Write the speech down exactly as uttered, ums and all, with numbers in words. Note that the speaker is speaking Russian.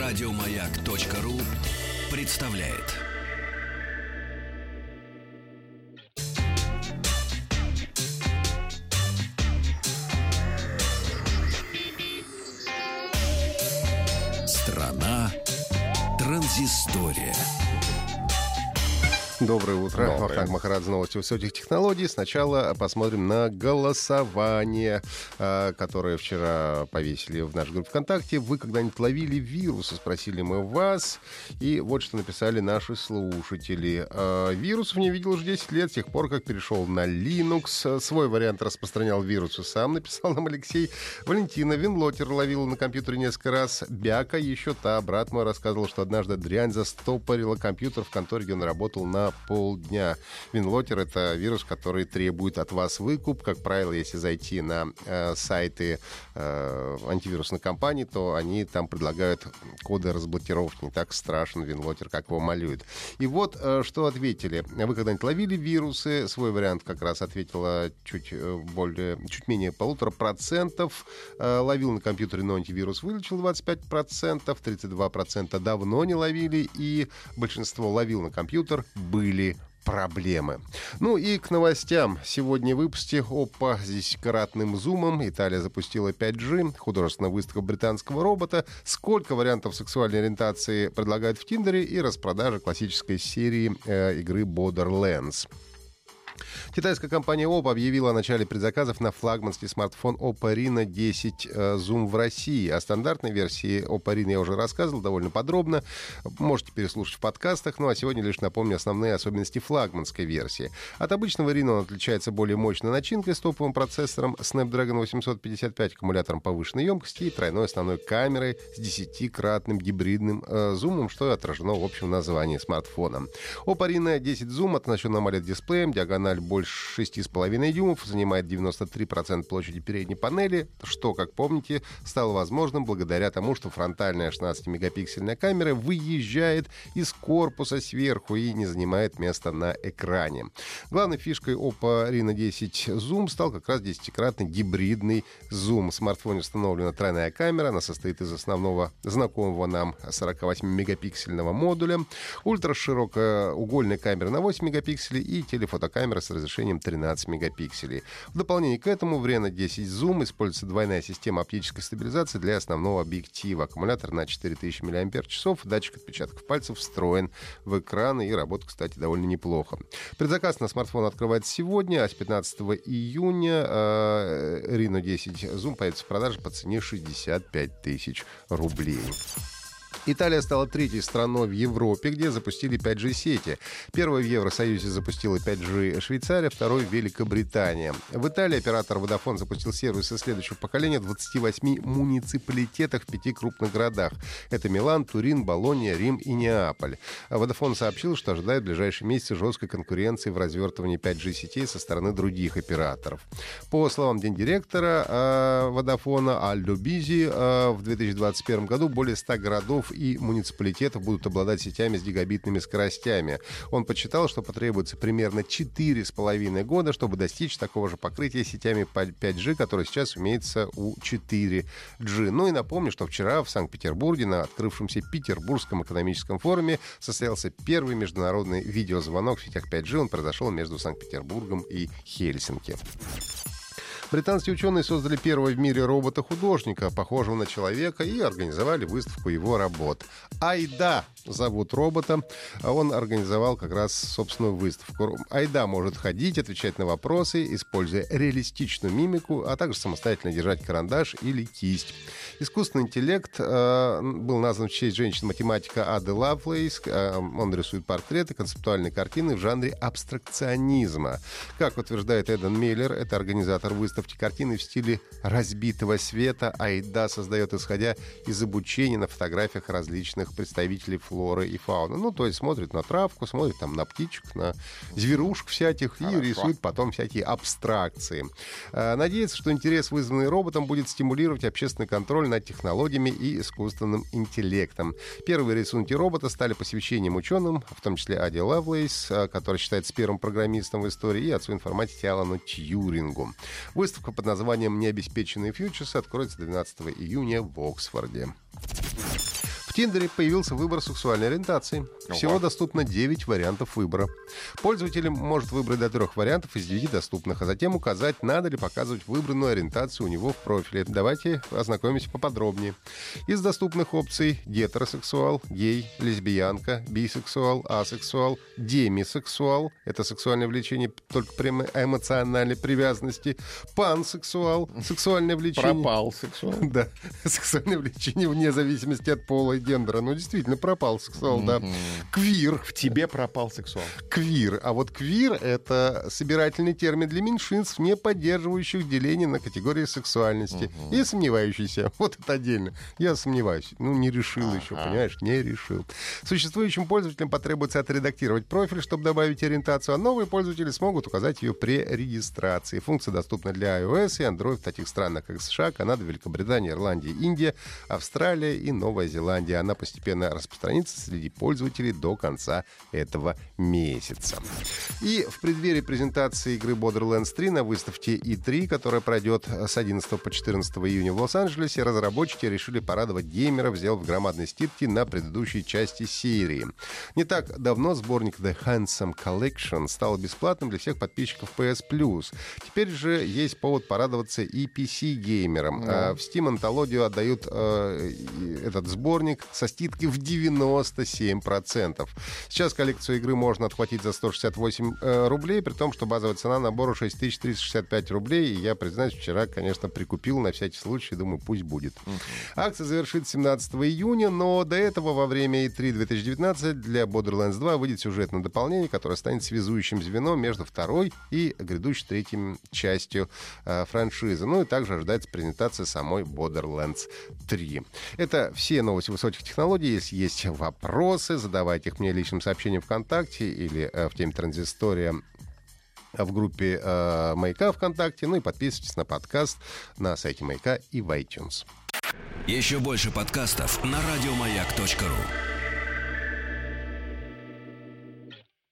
Радиомаяк.ру представляет. Страна транзистория. Доброе утро. Вахтанг Махарадзе, новости высоких технологий. Сначала посмотрим на голосование, которое вчера повесили в нашей группе ВКонтакте. Вы когда-нибудь ловили вирусы? Спросили мы вас. И вот что написали наши слушатели. Вирусов не видел уже десять лет, с тех пор, как перешел на Linux. Свой вариант распространял вирусы сам, написал нам Алексей. Валентина: Винлотер ловил на компьютере несколько раз. Бяка еще та. Брат мой рассказывал, что однажды дрянь застопорила компьютер в конторе, где он работал на полдня. Винлотер — это вирус, который требует от вас выкуп. Как правило, если зайти на э, сайты э, антивирусных компаний, то они там предлагают коды разблокировки. Не так страшен Винлотер, как его малюют. И вот э, что ответили. Вы когда-нибудь ловили вирусы? Свой вариант как раз ответила чуть более, чуть менее полутора процентов. Э, ловил на компьютере, но антивирус вылечил двадцать пять процентов. тридцать два процента давно не ловили. И большинство ловил на компьютер, были проблемы. Ну и к новостям. Сегодня в выпуске Oppo с десятикратным зумом. Италия запустила пять джи. Художественная выставка британского робота. Сколько вариантов сексуальной ориентации предлагают в Тиндере. И распродажа классической серии э, игры Borderlands. Китайская компания Oppo объявила о начале предзаказов на флагманский смартфон Oppo Reno десять Zoom в России. О стандартной версии Oppo Reno я уже рассказывал довольно подробно. Можете переслушать в подкастах. Ну а сегодня лишь напомню основные особенности флагманской версии. От обычного Reno он отличается более мощной начинкой с топовым процессором Snapdragon восемьсот пятьдесят пять, аккумулятором повышенной емкости и тройной основной камерой с десятикратным гибридным э, зумом, что отражено в общем названии смартфона. Oppo Reno десять Zoom оснащен AMOLED-дисплеем, диагональ больше шесть с половиной дюймов, занимает девяносто три процента площади передней панели, что, как помните, стало возможным благодаря тому, что фронтальная шестнадцатимегапиксельная камера выезжает из корпуса сверху и не занимает места на экране. Главной фишкой Oppo Reno десять Zoom стал как раз десятикратный гибридный зум. В смартфоне установлена тройная камера, она состоит из основного знакомого нам сорокавосьмимегапиксельного модуля, ультраширокоугольная камера на восемь мегапикселей и телефотокамера с разрешением тринадцать мегапикселей. В дополнение к этому в Reno десять Zoom используется двойная система оптической стабилизации для основного объектива. Аккумулятор на четыре тысячи миллиампер-часов, датчик отпечатков пальцев встроен в экран, и работает, кстати, довольно неплохо. Предзаказ на смартфон открывается сегодня, а с пятнадцатого июня э, Reno десять Zoom появится в продаже по цене шестьдесят пять тысяч рублей. Италия стала третьей страной в Европе, где запустили пять джи сети. Первой в Евросоюзе запустила пять джи Швейцария, второй Великобритания. В Италии оператор Vodafone запустил сервисы следующего поколения в двадцати восьми муниципалитетах в пяти крупных городах. Это Милан, Турин, Болонья, Рим и Неаполь. Vodafone сообщил, что ожидает в ближайшие месяцы жесткой конкуренции в развертывании пять джи сетей со стороны других операторов. По словам гендиректора э, Vodafone Альдо Бизи, э, в две тысячи двадцать первом году более ста городов и муниципалитетов будут обладать сетями с гигабитными скоростями. Он подсчитал, что потребуется примерно четыре с половиной года, чтобы достичь такого же покрытия сетями пять джи, которое сейчас имеется у четыре джи. Ну и напомню, что вчера в Санкт-Петербурге на открывшемся Петербургском экономическом форуме состоялся первый международный видеозвонок в сетях пять джи. Он произошел между Санкт-Петербургом и Хельсинки. Британские ученые создали первого в мире робота-художника, похожего на человека, и организовали выставку его работ. Айда зовут робота. Он организовал как раз собственную выставку. Айда может ходить, отвечать на вопросы, используя реалистичную мимику, а также самостоятельно держать карандаш или кисть. Искусственный интеллект э, был назван в честь женщины-математика Ады Лавлейс. Э, он рисует портреты, концептуальные картины в жанре абстракционизма. Как утверждает Эден Миллер, это организатор выставки, картины в стиле разбитого света Айда создает, исходя из обучения на фотографиях различных представителей флоры и фауны. Ну, то есть смотрит на травку, смотрит там на птичек, на зверушек всяких. Хорошо. И рисует потом всякие абстракции. Э, надеется, что интерес, вызванный роботом, будет стимулировать общественный контроль над технологиями и искусственным интеллектом. Первые рисунки робота стали посвящением ученым, в том числе Аде Лавлейс, который считается первым программистом в истории, и отцу информатики Алану Тьюрингу. Выставка под названием «Необеспеченные фьючерсы» откроется двенадцатого июня в Оксфорде. В Тиндере появился выбор сексуальной ориентации. Всего доступно девять вариантов выбора. Пользователь может выбрать до трех вариантов из девяти доступных, а затем указать, надо ли показывать выбранную ориентацию у него в профиле. Давайте ознакомимся поподробнее. Из доступных опций гетеросексуал, гей, лесбиянка, бисексуал, асексуал, демисексуал — это сексуальное влечение только при эмоциональной привязанности, пансексуал — сексуальное влечение... Пропал сексуал. Да, сексуальное влечение вне зависимости от пола и гендера. Ну, действительно, пропал сексуал, да. Квир. В тебе пропал сексуал. Квир. А вот квир — это собирательный термин для меньшинств, не поддерживающих деление на категории сексуальности. И сомневающийся. Вот это отдельно. Я сомневаюсь. Ну, не решил Ага. еще, понимаешь? Не решил. Существующим пользователям потребуется отредактировать профиль, чтобы добавить ориентацию, а новые пользователи смогут указать ее при регистрации. Функция доступна для iOS и Android в таких странах, как США, Канада, Великобритания, Ирландия, Индия, Австралия и Новая Зеландия. Она постепенно распространится среди пользователей до конца этого месяца. И в преддверии презентации игры Borderlands три на выставке и три, которая пройдет с одиннадцатого по четырнадцатое июня в Лос-Анджелесе, разработчики решили порадовать геймеров, сделав громадные скидки на предыдущие части серии. Не так давно сборник The Handsome Collection стал бесплатным для всех подписчиков пи эс Plus. Теперь же есть повод порадоваться и пи си-геймерам. Mm. А в Steam антологию отдают э, этот сборник со скидкой в девяносто семь процентов. Сейчас коллекцию игры можно отхватить за сто шестьдесят восемь э, рублей, при том, что базовая цена набора шесть тысяч триста шестьдесят пять рублей. И я, признаюсь, вчера, конечно, прикупил на всякий случай. Думаю, пусть будет. Mm-hmm. Акция завершится семнадцатого июня, но до этого во время и три две тысячи девятнадцать для Borderlands два выйдет сюжетное дополнение, которое станет связующим звеном между второй и грядущей третьей частью э, франшизы. Ну и также ожидается презентация самой Borderlands три. Это все новости высоких технологий. Если есть вопросы, задавайте их мне личным сообщением ВКонтакте или э, в теме Транзистория в группе э, Маяка ВКонтакте. Ну и подписывайтесь на подкаст на сайте Маяка и в iTunes. Еще больше подкастов на радиомаяк точка ру.